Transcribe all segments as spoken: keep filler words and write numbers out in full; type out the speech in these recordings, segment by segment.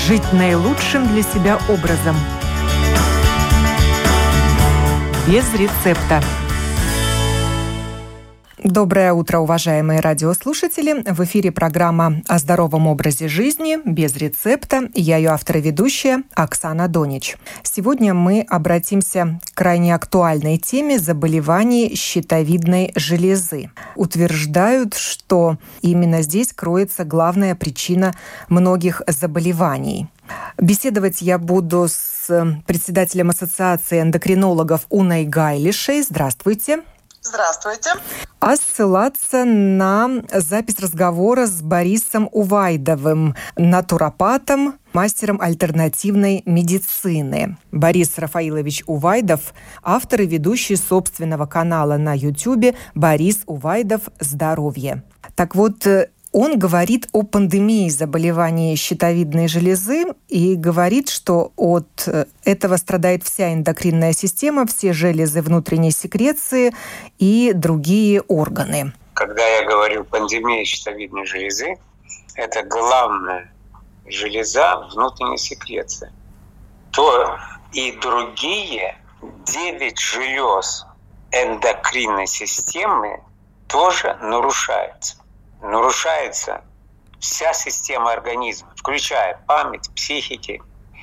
Жить наилучшим для себя образом. Без рецепта. Доброе утро, уважаемые радиослушатели! В эфире программа о здоровом образе жизни без рецепта. Я ее автор и ведущая Оксана Донич. Сегодня мы обратимся к крайне актуальной теме заболеваний щитовидной железы. Утверждают, что именно здесь кроется главная причина многих заболеваний. Беседовать я буду с председателем Ассоциации эндокринологов Уной Гайлишей. Здравствуйте. Здравствуйте. А ссылаться на запись разговора с Борисом Увайдовым, натуропатом, мастером альтернативной медицины. Борис Рафаилович Увайдов – автор и ведущий собственного канала на Ютубе «Борис Увайдов. Здоровье». Так вот, он говорит о пандемии заболеваний щитовидной железы и говорит, что от этого страдает вся эндокринная система, все железы внутренней секреции и другие органы. Когда я говорю пандемия щитовидной железы, это главная железа внутренней секреции. То и другие девять желез эндокринной системы тоже нарушаются. Нарушается вся система организма, включая память, психики,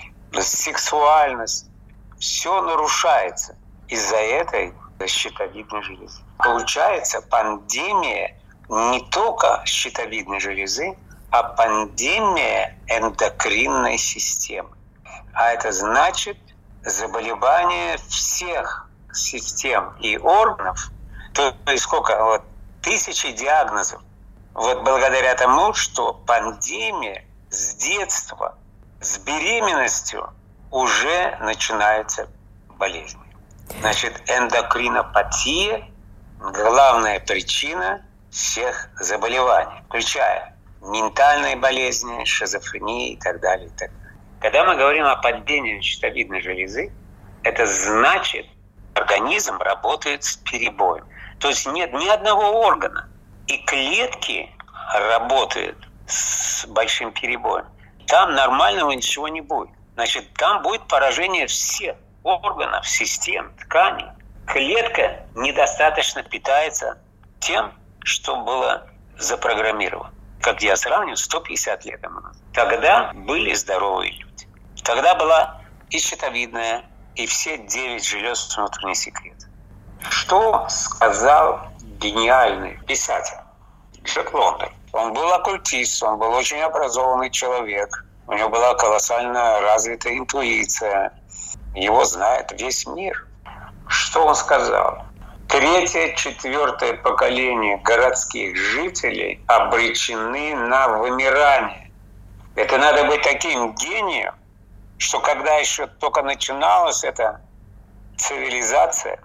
сексуальность. Все нарушается из-за этой щитовидной железы. Получается пандемия не только щитовидной железы, а пандемия эндокринной системы. А это значит заболевание всех систем и органов. То есть сколько? Вот, тысячи диагнозов. Вот благодаря тому, что пандемия с детства, с беременностью уже начинается болезнь. Значит, эндокринопатия – главная причина всех заболеваний, включая ментальные болезни, шизофрении и так далее, и так далее. Когда мы говорим о пандемии щитовидной железы, это значит, организм работает с перебоем. То есть нет ни одного органа, и клетки работают с большим перебоем. Там нормального ничего не будет. Значит, там будет поражение всех органов, систем, тканей. Клетка недостаточно питается тем, что было запрограммировано. Как я сравниваю, сто пятьдесят лет назад. Тогда были здоровые люди. Тогда была и щитовидная, и все девять желез внутренней секреции. Что сказал гениальный писатель Джек Лондон? Он был оккультист, он был очень образованный человек. У него была колоссально развитая интуиция. Его знает весь мир. Что он сказал? Третье, четвертое поколение городских жителей обречены на вымирание. Это надо быть таким гением, что когда еще только начиналась эта цивилизация,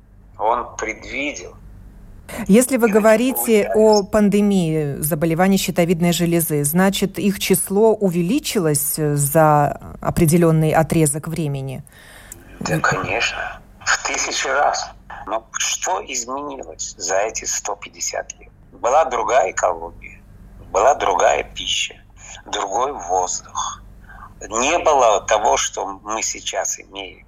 он предвидел. Если вы говорите о пандемии заболеваний щитовидной железы, значит, их число увеличилось за определенный отрезок времени? Да, конечно, в тысячи раз. Но что изменилось за эти сто пятьдесят лет? Была другая экология, была другая пища, другой воздух. Не было того, что мы сейчас имеем.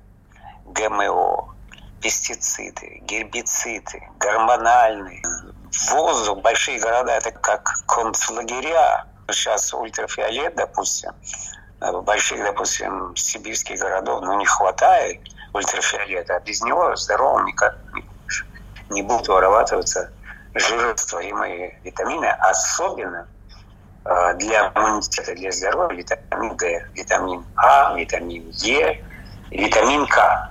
ГМО, пестициды, гербициды, гормональные. Воздух, большие города – это как концлагеря. Сейчас ультрафиолет, допустим, в больших, допустим, сибирских городов, ну, не хватает ультрафиолета, а без него здоровым никак не будешь. Не будут вырабатываться жирорастворимые витамины, особенно для иммунитета, для здоровья витамин Д, витамин А, витамин Е, витамин К.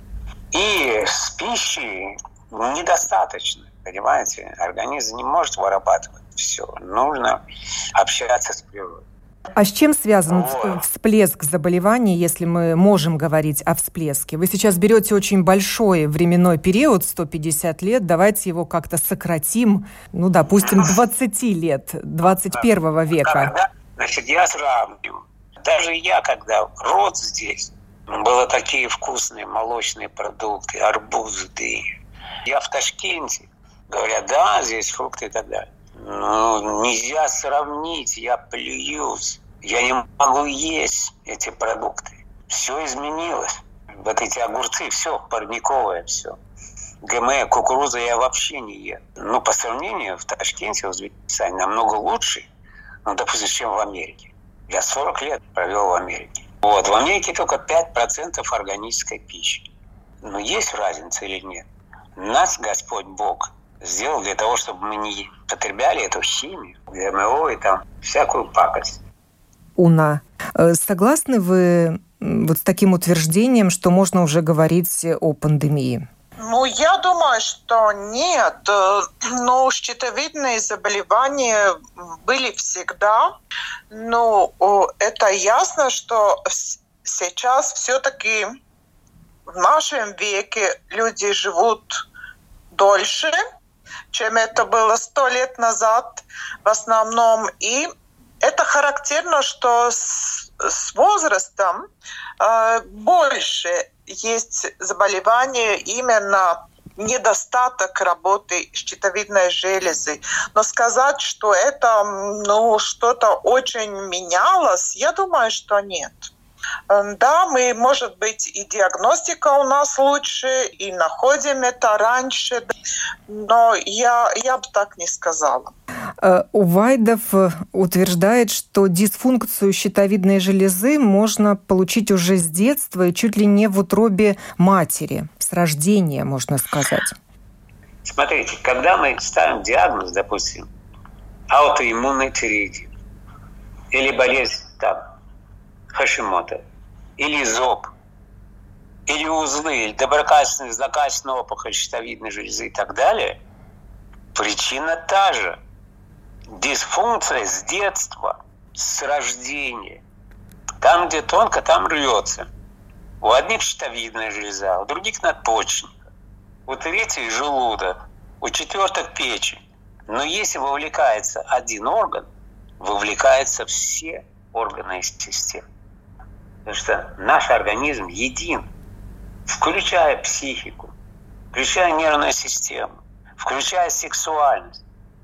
И с пищей недостаточно, понимаете? Организм не может вырабатывать все. Нужно общаться с природой. А с чем связан вот. всплеск заболеваний, если мы можем говорить о всплеске? Вы сейчас берете очень большой временной период, сто пятьдесят лет, давайте его как-то сократим, ну, допустим, двадцать лет, двадцать первого века. Когда, значит, я сравню. Даже я, когда рос здесь, были такие вкусные молочные продукты, арбузы. Я в Ташкенте, говорят, да, здесь фрукты и так далее. Ну, нельзя сравнить, я плююсь. Я не могу есть эти продукты. Все изменилось. Вот эти огурцы, все парниковое, все. ГМО, кукуруза я вообще не ем. Ну, по сравнению в Ташкенте, в Узбекистане намного лучше, ну, допустим, чем в Америке. Я сорок лет провел в Америке. Вот, в Америке только пять процентов органической пищи. Но есть разница или нет? Нас Господь Бог сделал для того, чтобы мы не потребляли эту химию, ГМО и там всякую пакость. Уна, согласны вы вот с таким утверждением, что можно уже говорить о пандемии? Ну, я думаю, что нет. Но щитовидные заболевания были всегда. Но это ясно, что сейчас все-таки в нашем веке люди живут дольше, чем это было сто лет назад в основном. И это характерно, что с, с возрастом э, больше есть заболевания, именно недостаток работы щитовидной железы. Но сказать, что это ну, что-то очень менялось, я думаю, что нет. Да, мы, может быть, и диагностика у нас лучше, и находим это раньше, но я, я бы так не сказала. Увайдов утверждает, что дисфункцию щитовидной железы можно получить уже с детства и чуть ли не в утробе матери, с рождения, можно сказать. Смотрите, когда мы ставим диагноз, допустим, аутоиммунный тиреоидит, или болезнь там, Хашимото, или зоб, или узлы, или доброкачественная, злокачественная опухоль щитовидной железы и так далее, причина та же. Дисфункция с детства, с рождения. Там, где тонко, там рвется. У одних щитовидная железа, у других надпочечника, у третьих желудок, у четвертых печень. Но если вовлекается один орган, вовлекаются все органы и системы. Потому что наш организм един, включая психику, включая нервную систему, включая сексуальность.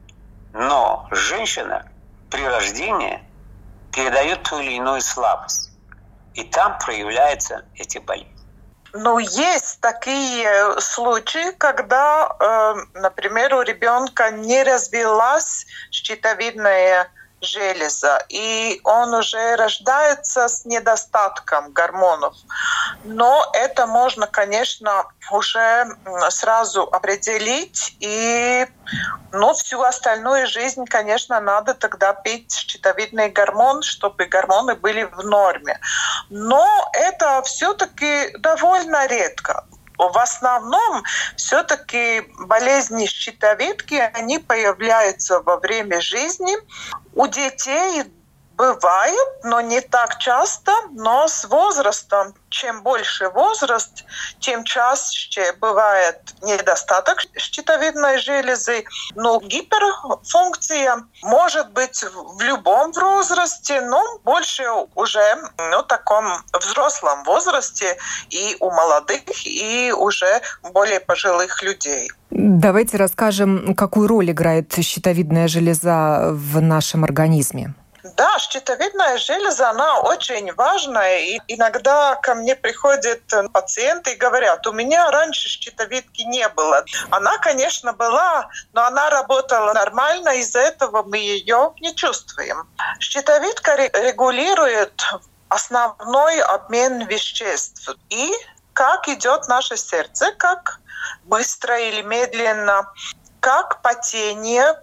Но женщина при рождении передает ту или иную слабость. И там проявляются эти болезни. Ну, есть такие случаи, когда, э, например, у ребенка не развилась щитовидная железа, и он уже рождается с недостатком гормонов. Но это можно, конечно, уже сразу определить, и ну, всю остальную жизнь, конечно, надо тогда пить щитовидный гормон, чтобы гормоны были в норме. Но это все-таки довольно редко. В основном все-таки болезни щитовидки, они появляются во время жизни. У детей бывает, но не так часто, но с возрастом, чем больше возраст, тем чаще бывает недостаток щитовидной железы. Но гиперфункция может быть в любом возрасте, но больше уже ну, в таком взрослом возрасте и у молодых, и уже более пожилых людей. Давайте расскажем, какую роль играет щитовидная железа в нашем организме. Да, щитовидная железа, она очень важная. И иногда ко мне приходят пациенты и говорят, у меня раньше щитовидки не было. Она, конечно, была, но она работала нормально, из-за этого мы ее не чувствуем. Щитовидка регулирует основной обмен веществ. И как идет наше сердце, как быстро или медленно, как потение,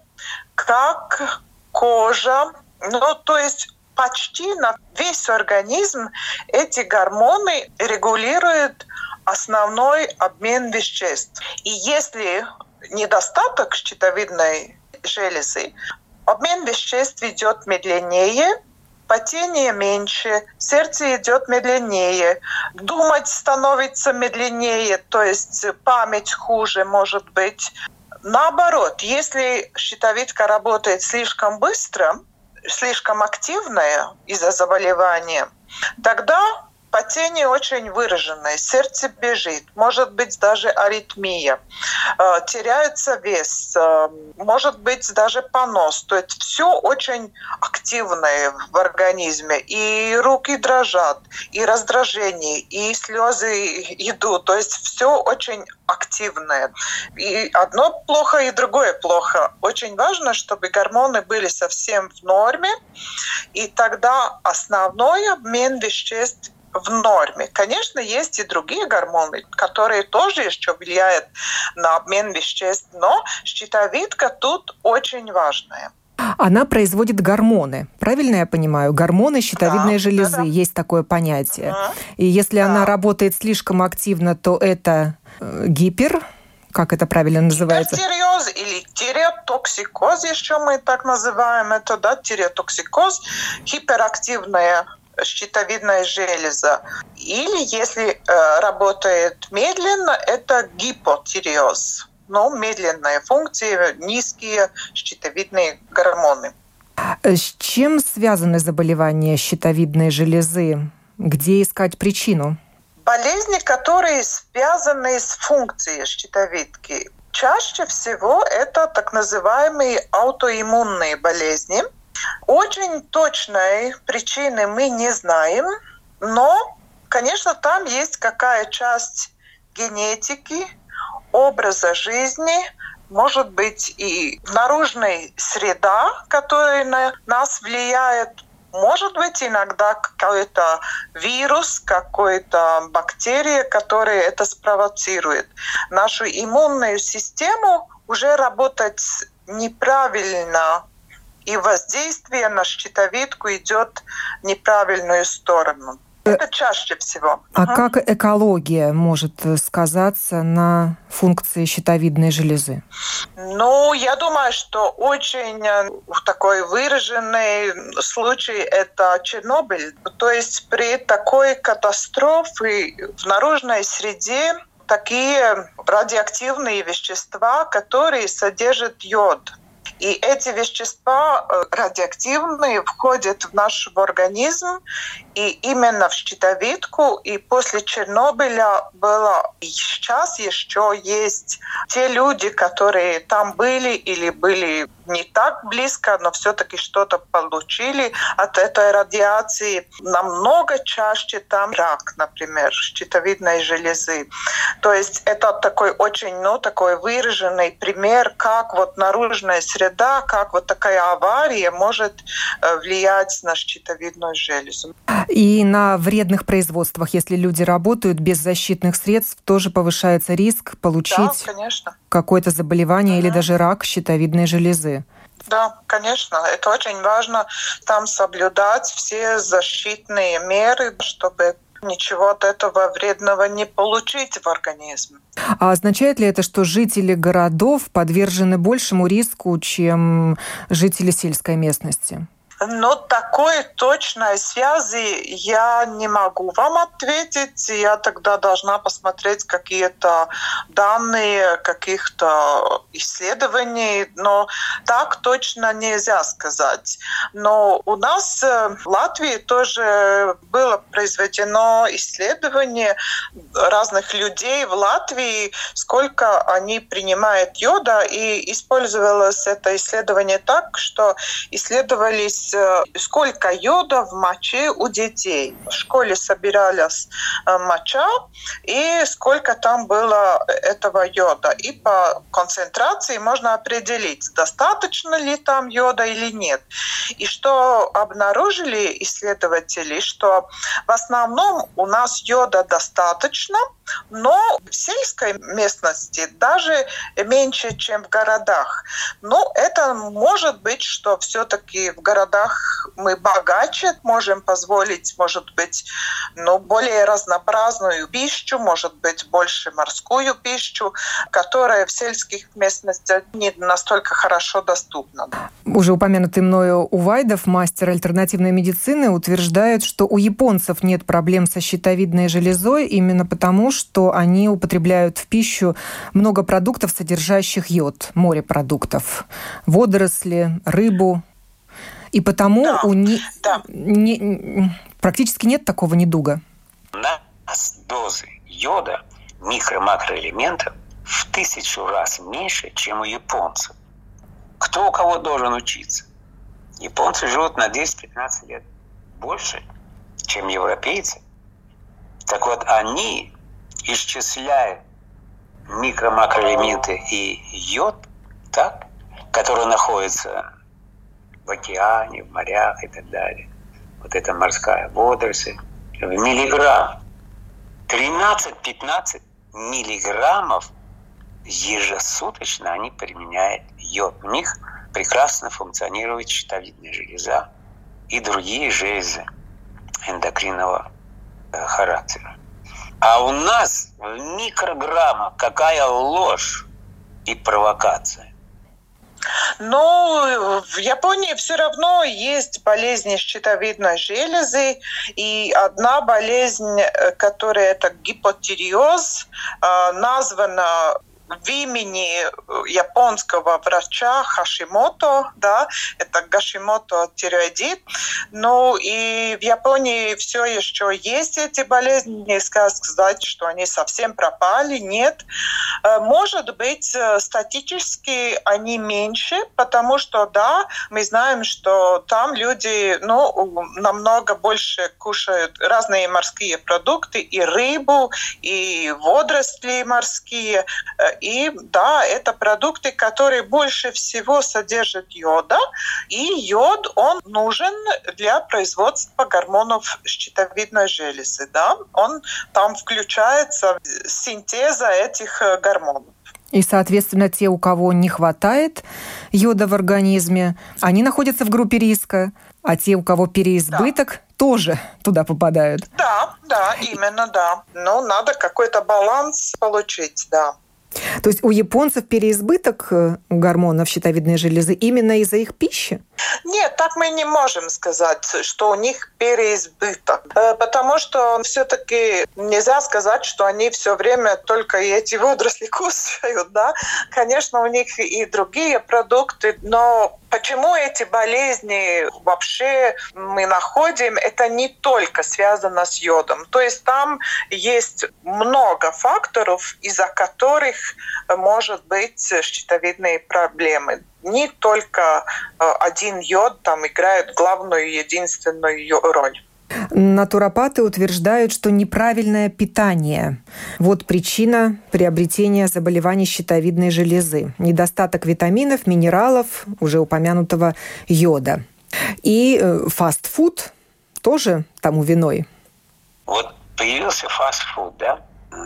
как кожа. Ну, то есть почти на весь организм эти гормоны регулируют основной обмен веществ. И если недостаток щитовидной железы, обмен веществ идет медленнее, потение меньше, сердце идет медленнее, думать становится медленнее, то есть память хуже может быть. Наоборот, если щитовидка работает слишком быстро, слишком активная из-за заболевания, тогда потение очень выраженное, сердце бежит, может быть даже аритмия, теряется вес, может быть даже понос. То есть все очень активное в организме. И руки дрожат, и раздражение, и слезы идут. То есть все очень активное. И одно плохо, и другое плохо. Очень важно, чтобы гормоны были совсем в норме, и тогда основной обмен веществ в норме. Конечно, есть и другие гормоны, которые тоже еще влияют на обмен веществ, но щитовидка тут очень важная. Она производит гормоны. Правильно я понимаю? Гормоны щитовидной да, железы. Да, да. Есть такое понятие. Угу. И если да. она работает слишком активно, то это гипер... Как это правильно называется? Гипертиреоз или тиреотоксикоз, еще мы так называем это, да, тиреотоксикоз, гиперактивная щитовидная железа. Или, если э, работает медленно, это гипотиреоз. Но медленная функция, низкие щитовидные гормоны. С чем связаны заболевания щитовидной железы? Где искать причину? Болезни, которые связаны с функцией щитовидки. Чаще всего это так называемые аутоиммунные болезни. Очень точной причины мы не знаем, но, конечно, там есть какая часть генетики, образа жизни, может быть и наружная среда, которая на нас влияет. Может быть, иногда какой-то вирус, какая-то бактерия, которая это спровоцирует. Нашу иммунную систему уже работать неправильно, и воздействие на щитовидку идет в неправильную сторону. Это чаще всего. А угу. как экология может сказаться на функции щитовидной железы? Ну, я думаю, что очень такой выраженный случай – это Чернобыль. То есть при такой катастрофе в наружной среде такие радиоактивные вещества, которые содержат йод. И эти вещества радиоактивные входят в наш организм, и именно в щитовидку. И после Чернобыля было, и сейчас еще есть те люди, которые там были или были не так близко, но все-таки что-то получили от этой радиации. Намного чаще там рак, например, щитовидной железы. То есть это такой очень, ну, такой выраженный пример, как вот наружная среда, как вот такая авария может влиять на щитовидную железу. И на вредных производствах, если люди работают без защитных средств, тоже повышается риск получить да, какое-то заболевание угу. или даже рак щитовидной железы. Да, конечно. Это очень важно там соблюдать все защитные меры, чтобы ничего от этого вредного не получить в организме. А означает ли это, что жители городов подвержены большему риску, чем жители сельской местности? Но такой точной связи я не могу вам ответить. Я тогда должна посмотреть какие-то данные каких-то исследований. Но так точно нельзя сказать. Но у нас в Латвии тоже было произведено исследование разных людей в Латвии, сколько они принимают йода. И использовалось это исследование так, что исследовались сколько йода в моче у детей. В школе собиралась моча, и сколько там было этого йода. И по концентрации можно определить, достаточно ли там йода или нет. И что обнаружили исследователи, что в основном у нас йода достаточно, но в сельской местности даже меньше, чем в городах. Но это может быть, что все-таки в городах мы богаче, можем позволить, может быть, ну, более разнообразную пищу, может быть, больше морскую пищу, которая в сельских местностях не настолько хорошо доступна. Уже упомянутый мною Увайдов, мастер альтернативной медицины, утверждает, что у японцев нет проблем со щитовидной железой именно потому, что они употребляют в пищу много продуктов, содержащих йод, морепродуктов, водоросли, рыбу. И потому да, у них да. не, практически нет такого недуга. У нас дозы йода, микро-макроэлементов в тысячу раз меньше, чем у японцев. Кто у кого должен учиться? Японцы живут на десять-пятнадцать лет больше, чем европейцы. Так вот, они исчисляют микро-макроэлементы и йод, так, которые находятся в океане, в морях и так далее. Вот это морская водоросль. В миллиграмм. тринадцать-пятнадцать миллиграммов ежесуточно они применяют йод. У них прекрасно функционирует щитовидная железа и другие железы эндокринного характера. А у нас в микрограммах какая ложь и провокация. Но в Японии все равно есть болезни щитовидной железы, и одна болезнь, которая это гипотиреоз, названа в имени японского врача Хашимото, да, это гашимото-тиреоидит. Ну и в Японии все еще есть эти болезни, не сказать, что они совсем пропали, нет. Может быть, статистически они меньше, потому что, да, мы знаем, что там люди, ну, намного больше кушают разные морские продукты, и рыбу, и водоросли морские. И да, это продукты, которые больше всего содержат йода. И йод, он нужен для производства гормонов щитовидной железы. Да? Он там включается в синтеза этих гормонов. И, соответственно, те, у кого не хватает йода в организме, они находятся в группе риска. А те, у кого переизбыток, да, тоже туда попадают. Да, да, именно, да. Ну, надо какой-то баланс получить, да. То есть у японцев переизбыток гормонов щитовидной железы именно из-за их пищи? Нет, так мы не можем сказать, что у них переизбыток. Потому что все-таки нельзя сказать, что они все время только эти водоросли кушают. Да? Конечно, у них и другие продукты, но почему эти болезни вообще мы находим, это не только связано с йодом. То есть там есть много факторов, из-за которых может быть щитовидные проблемы. Не только один йод там играет главную, единственную роль. Натуропаты утверждают, что неправильное питание – вот причина приобретения заболеваний щитовидной железы. Недостаток витаминов, минералов, уже упомянутого йода. И фастфуд тоже тому виной. Вот появился фастфуд, да?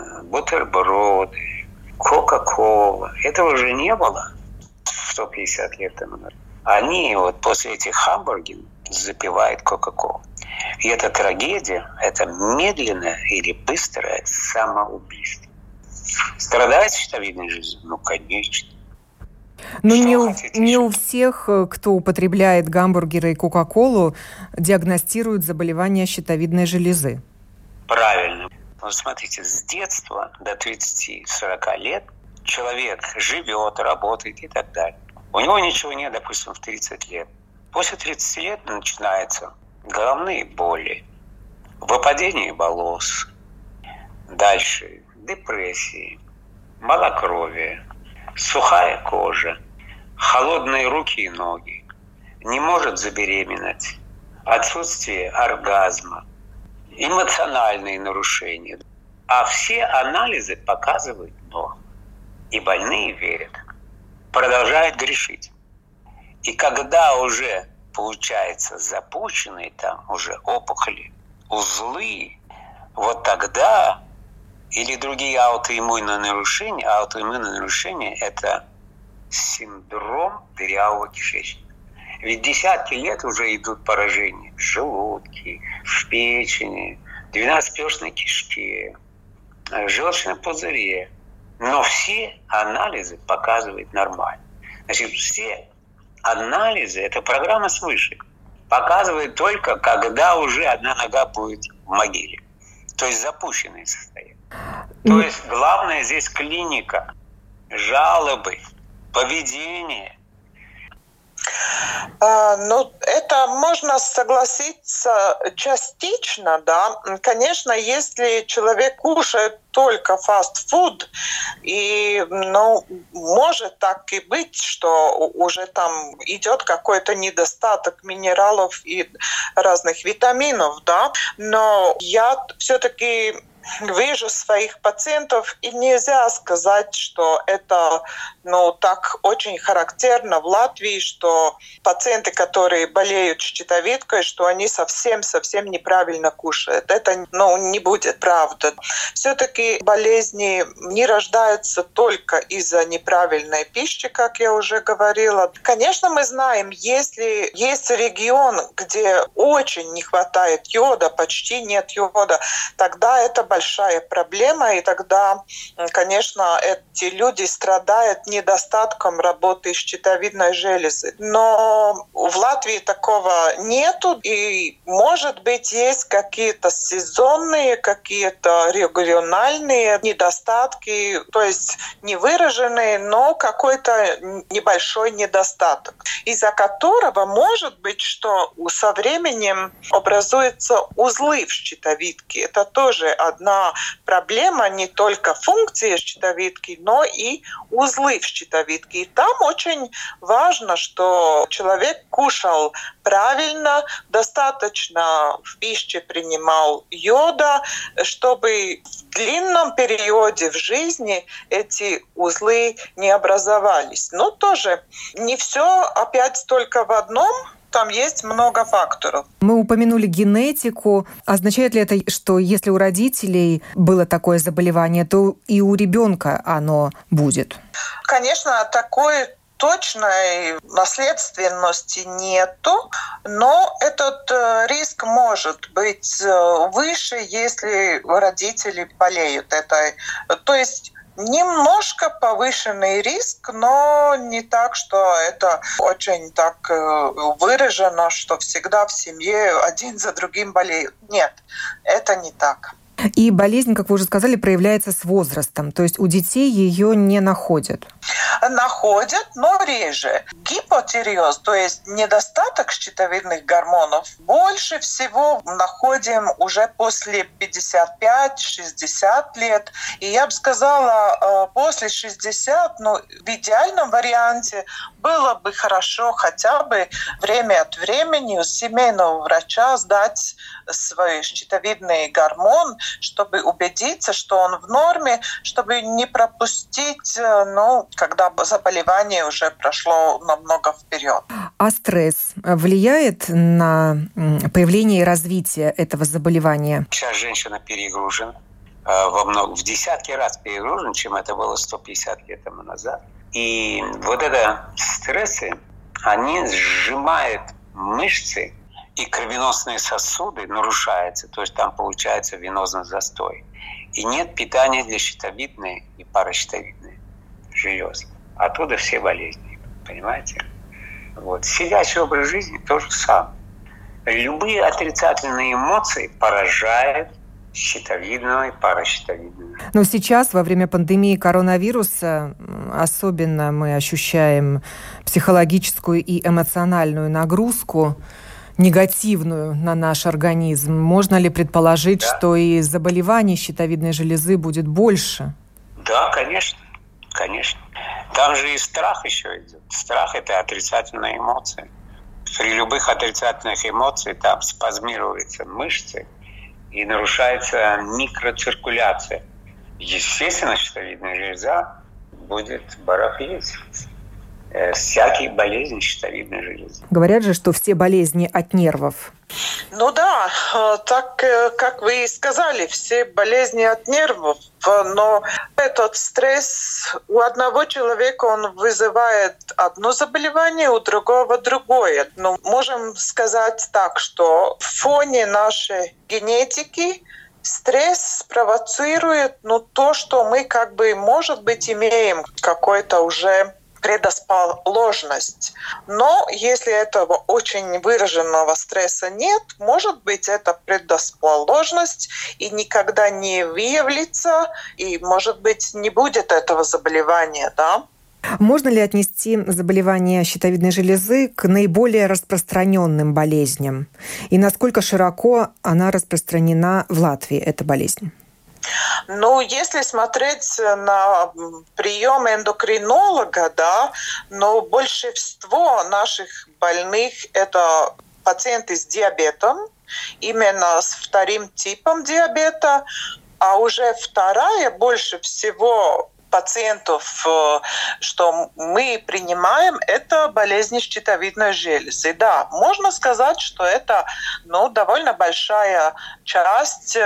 Бутерброды, кока-кола. Этого же не было сто пятьдесят лет тому назад. Они вот после этих хамбургеров запивают кока-колу. И эта трагедия, это медленное или быстрое самоубийство. Страдает щитовидной железой? Ну, конечно. Но не у, не у всех, кто употребляет гамбургеры и кока-колу, диагностируют заболевание щитовидной железы. Правильно. Вот смотрите, с детства до тридцати-сорока лет человек живет, работает и так далее. У него ничего нет, допустим, в тридцать лет. После тридцати лет начинаются головные боли, выпадение волос, дальше депрессии, малокровие, сухая кожа, холодные руки и ноги, не может забеременеть, отсутствие оргазма, эмоциональные нарушения. А все анализы показывают норму. И больные верят, продолжают грешить. И когда уже получается запущенные там уже опухоли, узлы, вот тогда или другие аутоиммунные нарушения, аутоиммунные нарушения – это синдром дырявого кишечника. Ведь десятки лет уже идут поражения в желудке, в печени, в двенадцатиперстной кишке, в желчном пузыре. Но все анализы показывают нормально. Значит, все анализы, это программа свыше, показывает только, когда уже одна нога будет в могиле. То есть запущенное состояние. То есть главное здесь клиника, жалобы, поведение. А, ну, это это можно согласиться частично, да. Конечно, если человек кушает только фастфуд, и, ну, может так и быть, что уже там идет какой-то недостаток минералов и разных витаминов, да. Но я все-таки вижу своих пациентов, и нельзя сказать, что это, ну, так очень характерно в Латвии, что пациенты, которые болеют щитовидкой, что они совсем-совсем неправильно кушают. Это, ну, не будет правда. Все-таки болезни не рождаются только из-за неправильной пищи, как я уже говорила. Конечно, мы знаем, если есть регион, где очень не хватает йода, почти нет йода, тогда это большая проблема, и тогда, конечно, эти люди страдают недостатком работы щитовидной железы. Но в Латвии такого нету, и, может быть, есть какие-то сезонные, какие-то региональные недостатки, то есть не выраженные, но какой-то небольшой недостаток, из-за которого может быть, что со временем образуются узлы в щитовидке. Это тоже одна проблема, не только функции щитовидки, но и узлы в щитовидке. И там очень важно, что человек кушал правильно, достаточно в пище принимал йода, чтобы в длинном периоде в жизни эти узлы не образовались. Но тоже не все опять только в одном. Там есть много факторов. Мы упомянули генетику. Означает ли это, что если у родителей было такое заболевание, то и у ребенка оно будет? Конечно, такой точной наследственности нету, но этот риск может быть выше, если родители болеют этой. То есть немножко повышенный риск, но не так, что это очень так выражено, что всегда в семье один за другим болеют. Нет, это не так. И болезнь, как вы уже сказали, проявляется с возрастом, то есть у детей ее не находят. Находят, но реже. Гипотиреоз, то есть недостаток щитовидных гормонов, больше всего находим уже после пятьдесят пять - шестьдесят лет. И я бы сказала, после шестидесяти, ну, в идеальном варианте было бы хорошо хотя бы время от времени у семейного врача сдать свой щитовидный гормон, чтобы убедиться, что он в норме, чтобы не пропустить, ну, когда заболевание уже прошло намного вперед. А стресс влияет на появление и развитие этого заболевания? Сейчас женщина перегружена, во много, в десятки раз перегружена, чем это было сто пятьдесят лет тому назад. И вот это стрессы, они сжимают мышцы, и кровеносные сосуды нарушаются, то есть там получается венозный застой. И нет питания для щитовидной и паращитовидной желез. Оттуда все болезни, понимаете? Вот. Сидячий образ жизни то же самое. Любые отрицательные эмоции поражают щитовидную и паращитовидную. Но сейчас, во время пандемии коронавируса, особенно мы ощущаем психологическую и эмоциональную нагрузку, негативную на наш организм. Можно ли предположить, да, что и заболеваний щитовидной железы будет больше? Да, конечно. Конечно. Там же и страх еще идет. Страх – это отрицательная эмоция. При любых отрицательных эмоциях там спазмируются мышцы и нарушается микроциркуляция. Естественно, щитовидная железа будет барахлить. Всякие болезни щитовидной железы. Говорят же, что все болезни от нервов. Ну да, так как вы и сказали, все болезни от нервов, но этот стресс у одного человека он вызывает одно заболевание, у другого другое. Но можем сказать так, что в фоне нашей генетики стресс провоцирует, ну, то, что мы как бы, может быть, имеем какой-то уже предрасположенность. Но если этого очень выраженного стресса нет, может быть, это предрасположенность и никогда не выявится, и, может быть, не будет этого заболевания, да? Можно ли отнести заболевание щитовидной железы к наиболее распространенным болезням? И насколько широко она распространена в Латвии, эта болезнь? Ну, если смотреть на прием эндокринолога, да, но больше всего наших больных это пациенты с диабетом, именно с вторым типом диабета, а уже вторая больше всего пациентов, что мы принимаем, это болезни щитовидной железы. Да, можно сказать, что это ну, довольно большая часть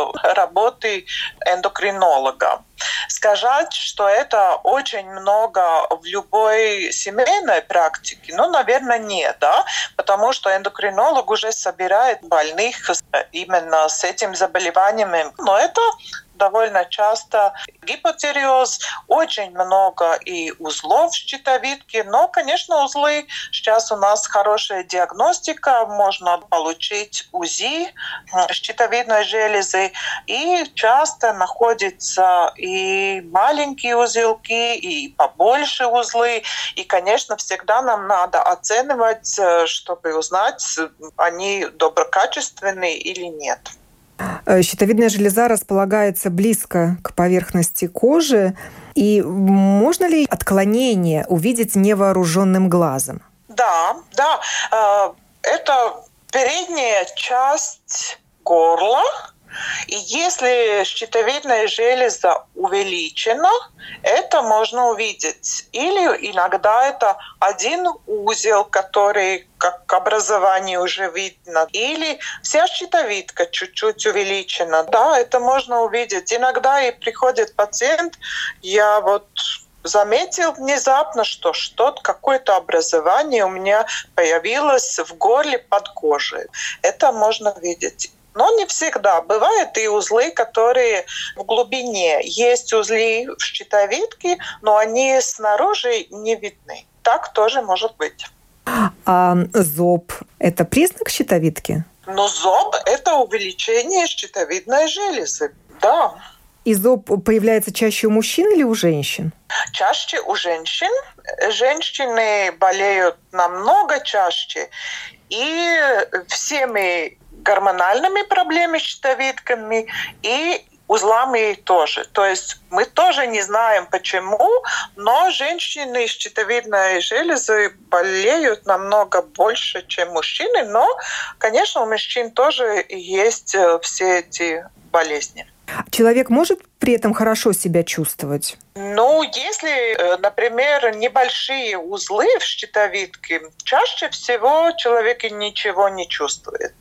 работы эндокринолога. Сказать, что это очень много в любой семейной практике, ну, наверное, нет, да, потому что эндокринолог уже собирает больных именно с этим заболеванием. Но это довольно часто гипотиреоз, очень много и узлов в щитовидке, но, конечно, узлы, сейчас у нас хорошая диагностика, можно получить УЗИ щитовидной железы, и часто находятся и маленькие узелки, и побольше узлы, и, конечно, всегда нам надо оценивать, чтобы узнать, они доброкачественные или нет. Щитовидная железа располагается близко к поверхности кожи. И можно ли отклонение увидеть невооруженным глазом? Да, да. Это передняя часть горла. И если щитовидная железа увеличена, это можно увидеть. Или иногда это один узел, который как к образованию уже видно. Или вся щитовидка чуть-чуть увеличена. Да, это можно увидеть. Иногда и приходит пациент, я вот заметил внезапно, что что-то, какое-то образование у меня появилось в горле под кожей. Это можно видеть. Но не всегда. Бывают и узлы, которые в глубине. Есть узлы в щитовидке, но они снаружи не видны. Так тоже может быть. А зоб – это признак щитовидки? Но зоб – это увеличение щитовидной железы, да. И зоб появляется чаще у мужчин или у женщин? Чаще у женщин. Женщины болеют намного чаще. И всеми гормональными проблемами, щитовидками и узлами тоже. То есть мы тоже не знаем почему, но женщины с щитовидной железой болеют намного больше, чем мужчины. Но, конечно, у мужчин тоже есть все эти болезни. Человек может при этом хорошо себя чувствовать? Ну, если, например, небольшие узлы в щитовидке, чаще всего человек ничего не чувствует.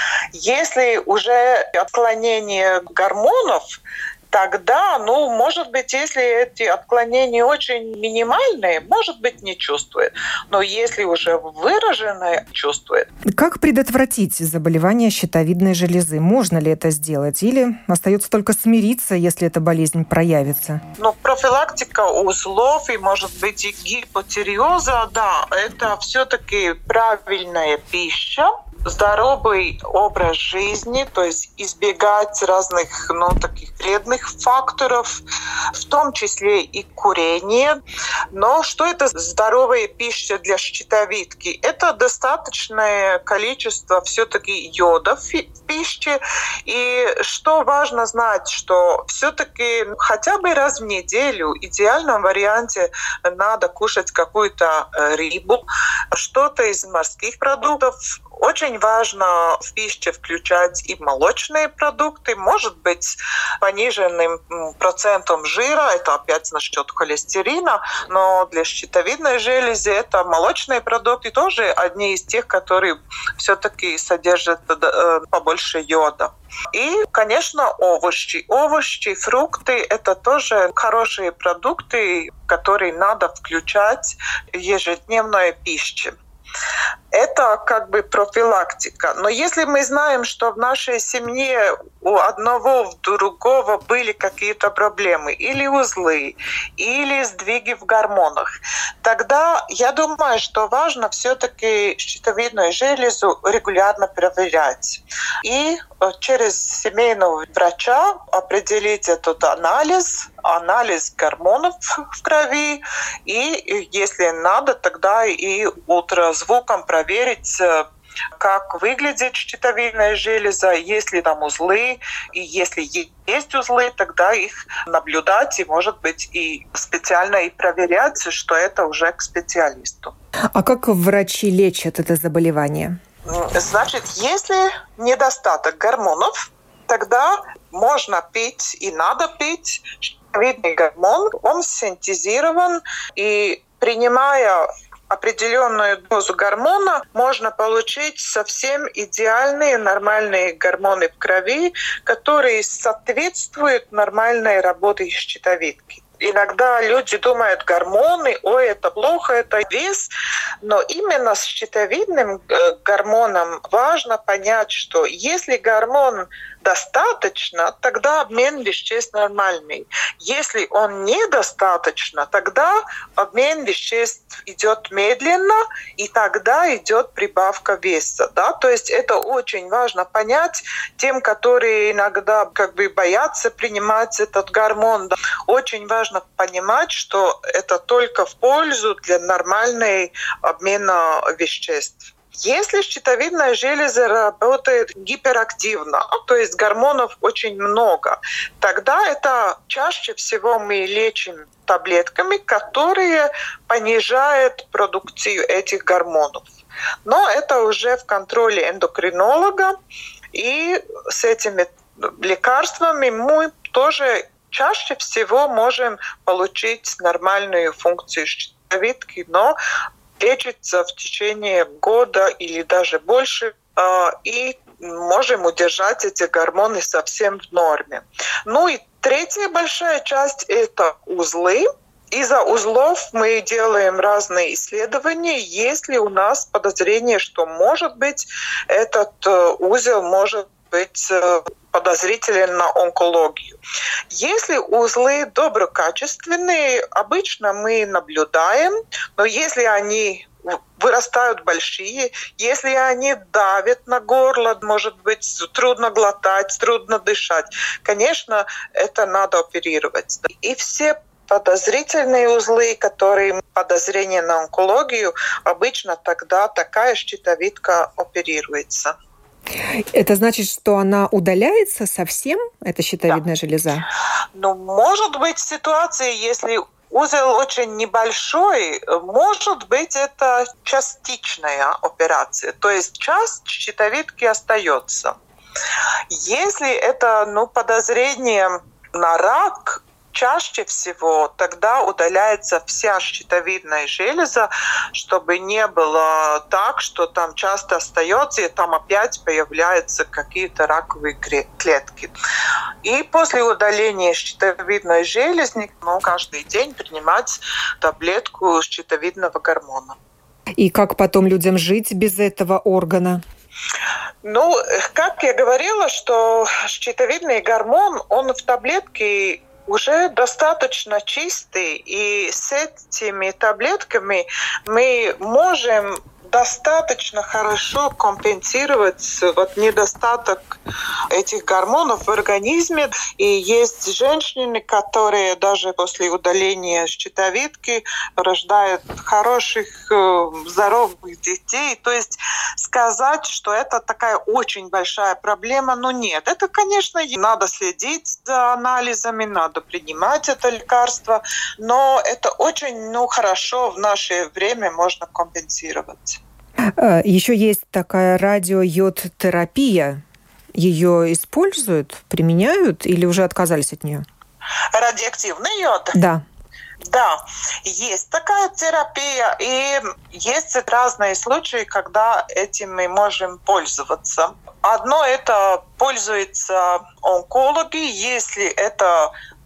Если уже отклонение гормонов, тогда, ну, может быть, если эти отклонения очень минимальные, может быть, не чувствует. Но если уже выраженное, чувствует. Как предотвратить заболевание щитовидной железы? Можно ли это сделать? Или остается только смириться, если эта болезнь проявится? Ну, профилактика узлов и, может быть, и гипотиреоза, да, это все-таки правильная пища. Здоровый образ жизни, то есть избегать разных, ну, таких вредных факторов, в том числе и курение. Но что это здоровая пища для щитовидки? Это достаточное количество все-таки йода в пище. И что важно знать, что все-таки хотя бы раз в неделю, в идеальном варианте, надо кушать какую-то рыбу, что-то из морских продуктов. Очень важно в пище включать и молочные продукты, может быть, с пониженным процентом жира, это опять насчет холестерина, но для щитовидной железы это молочные продукты тоже одни из тех, которые все-таки содержат побольше йода. И, конечно, овощи. Овощи, фрукты – это тоже хорошие продукты, которые надо включать в ежедневную пищу. это как бы профилактика. Но если мы знаем, что в нашей семье у одного, у другого были какие-то проблемы, или узлы, или сдвиги в гормонах, тогда я думаю, что важно все-таки щитовидную железу регулярно проверять. И через семейного врача определить этот анализ, анализ гормонов в крови, и если надо, тогда и ультразвуком проверить, как выглядит щитовидная железа, есть ли там узлы, и если есть узлы, тогда их наблюдать и, может быть, и специально и проверять, что это уже к специалисту. А как врачи лечат это заболевание? Значит, если недостаток гормонов, тогда можно пить и надо пить щитовидный гормон. Он синтезирован, и принимая определенную дозу гормона, можно получить совсем идеальные нормальные гормоны в крови, которые соответствуют нормальной работе щитовидки. Иногда люди думают, гормоны, ой, это плохо, это вес. Но именно с щитовидным гормоном важно понять, что если гормон достаточно, тогда обмен веществ нормальный. Если он недостаточно, тогда обмен веществ идет медленно, и тогда идет прибавка веса. Да? То есть это очень важно понять тем, которые иногда как бы боятся принимать этот гормон. Да? Очень важно понимать, что это только в пользу для нормальной обмена веществ. Если щитовидная железа работает гиперактивно, то есть гормонов очень много, тогда это чаще всего мы лечим таблетками, которые понижают продукцию этих гормонов. Но это уже в контроле эндокринолога, и с этими лекарствами мы тоже чаще всего можем получить нормальную функцию щитовидки, но лечится в течение года или даже больше, и можем удержать эти гормоны совсем в норме. Ну и третья большая часть – это узлы. Из-за узлов мы делаем разные исследования, если у нас подозрение, что, может быть, этот узел может быть подозрителен на онкологию. Если узлы доброкачественные, обычно мы наблюдаем, но если они вырастают большие, если они давят на горло, может быть, трудно глотать, трудно дышать, конечно, это надо оперировать. И все подозрительные узлы, которые подозрение на онкологию, обычно тогда такая щитовидка оперируется. Это значит, что она удаляется совсем, эта щитовидная да. железа? Ну, может быть, ситуация, если узел очень небольшой, может быть, это частичная операция, то есть часть щитовидки остается. Если это ну, подозрение на рак, чаще всего тогда удаляется вся щитовидная железа, чтобы не было так, что там часто остается, и там опять появляются какие-то раковые клетки. И после удаления щитовидной железы, ну, каждый день принимать таблетку щитовидного гормона. И как потом людям жить без этого органа? Ну, как я говорила, что щитовидный гормон, он в таблетке уже достаточно чистый, и с этими таблетками мы можем достаточно хорошо компенсировать вот недостаток этих гормонов в организме. И есть женщины, которые даже после удаления щитовидки рождают хороших, здоровых детей. То есть сказать, что это такая очень большая проблема, ну нет. Это, конечно, надо следить за анализами, надо принимать это лекарство, но это очень ну, хорошо в наше время можно компенсировать. Еще есть такая радиойод-терапия. Ее используют, применяют или уже отказались от нее? Радиоактивный йод? Да. Да, есть такая терапия, и есть разные случаи, когда этим мы можем пользоваться. Одно это пользуются онкологи, если это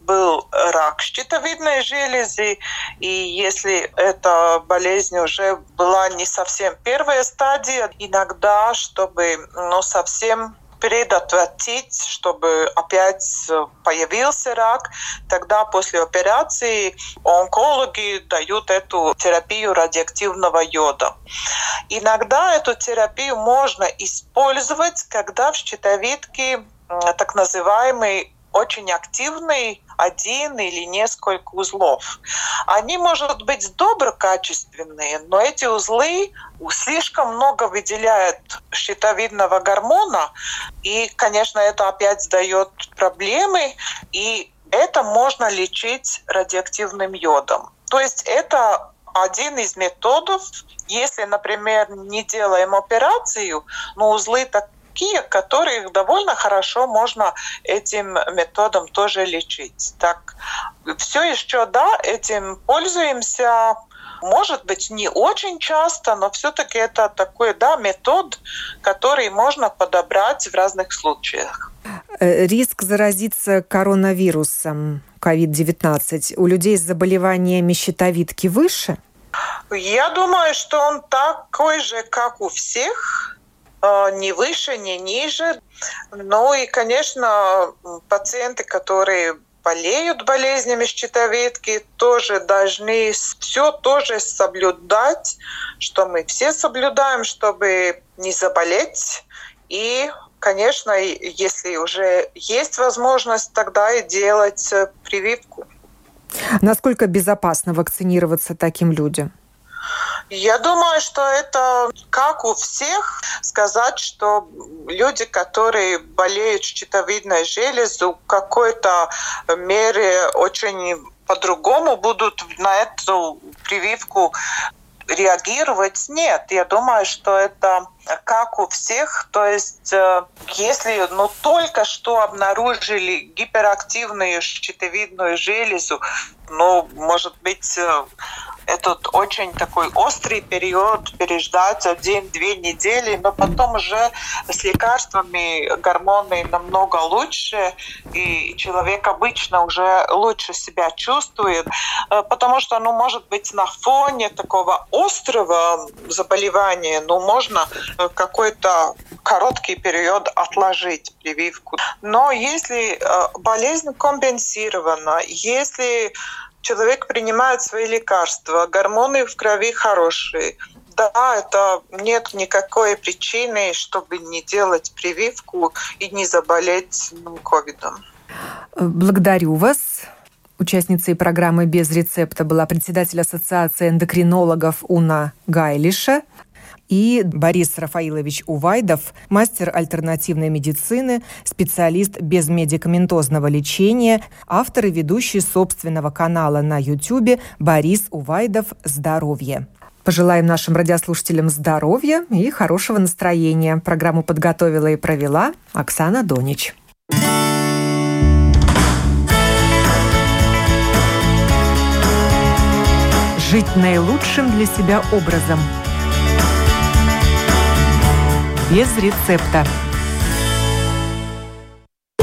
был рак щитовидной железы, и если эта болезнь уже была не совсем первая стадия, иногда, чтобы ну, совсем предотвратить, чтобы опять появился рак, тогда после операции онкологи дают эту терапию радиоактивного йода. Иногда эту терапию можно использовать, когда в щитовидке так называемый очень активный один или несколько узлов. Они, может быть, доброкачественные, но эти узлы слишком много выделяют щитовидного гормона, и, конечно, это опять дает проблемы, и это можно лечить радиоактивным йодом. То есть это один из методов, если, например, не делаем операцию, но узлы так такие, которых довольно хорошо можно этим методом тоже лечить. Так, все еще, да, этим пользуемся, может быть, не очень часто, но все-таки это такой, да, метод, который можно подобрать в разных случаях. Риск заразиться коронавирусом ковид девятнадцать у людей с заболеваниями щитовидки выше? Я думаю, что он такой же, как у всех, ни выше, ни ниже. Ну и, конечно, пациенты, которые болеют болезнями щитовидки, тоже должны все тоже соблюдать, что мы все соблюдаем, чтобы не заболеть. И, конечно, если уже есть возможность, тогда и делать прививку. Насколько безопасно вакцинироваться таким людям? Я думаю, что это, как у всех, сказать, что люди, которые болеют щитовидной железой, в какой-то мере очень по-другому будут на эту прививку реагировать. Нет, я думаю, что это как у всех. То есть, если ну, только что обнаружили гиперактивную щитовидную железу, ну, может быть, этот очень такой острый период переждать один-две недели, но потом уже с лекарствами гормоны намного лучше, и человек обычно уже лучше себя чувствует, потому что, ну, может быть, на фоне такого острого заболевания, ну, можно какой-то короткий период отложить прививку. Но если болезнь компенсирована, если человек принимает свои ковидом, гормоны в крови хорошие. Да, это нет никакой причины, чтобы не делать прививку и не заболеть ковидом. Благодарю вас. Участницей программы «Без рецепта» была председатель Ассоциации эндокринологов Уна Гайлиша и Борис Рафаилович Увайдов, мастер альтернативной медицины, специалист безмедикаментозного лечения, автор и ведущий собственного канала на Ютубе «Борис Увайдов. Здоровье». Пожелаем нашим радиослушателям здоровья и хорошего настроения. Программу подготовила и провела Оксана Донич. Жить наилучшим для себя образом. Без рецепта.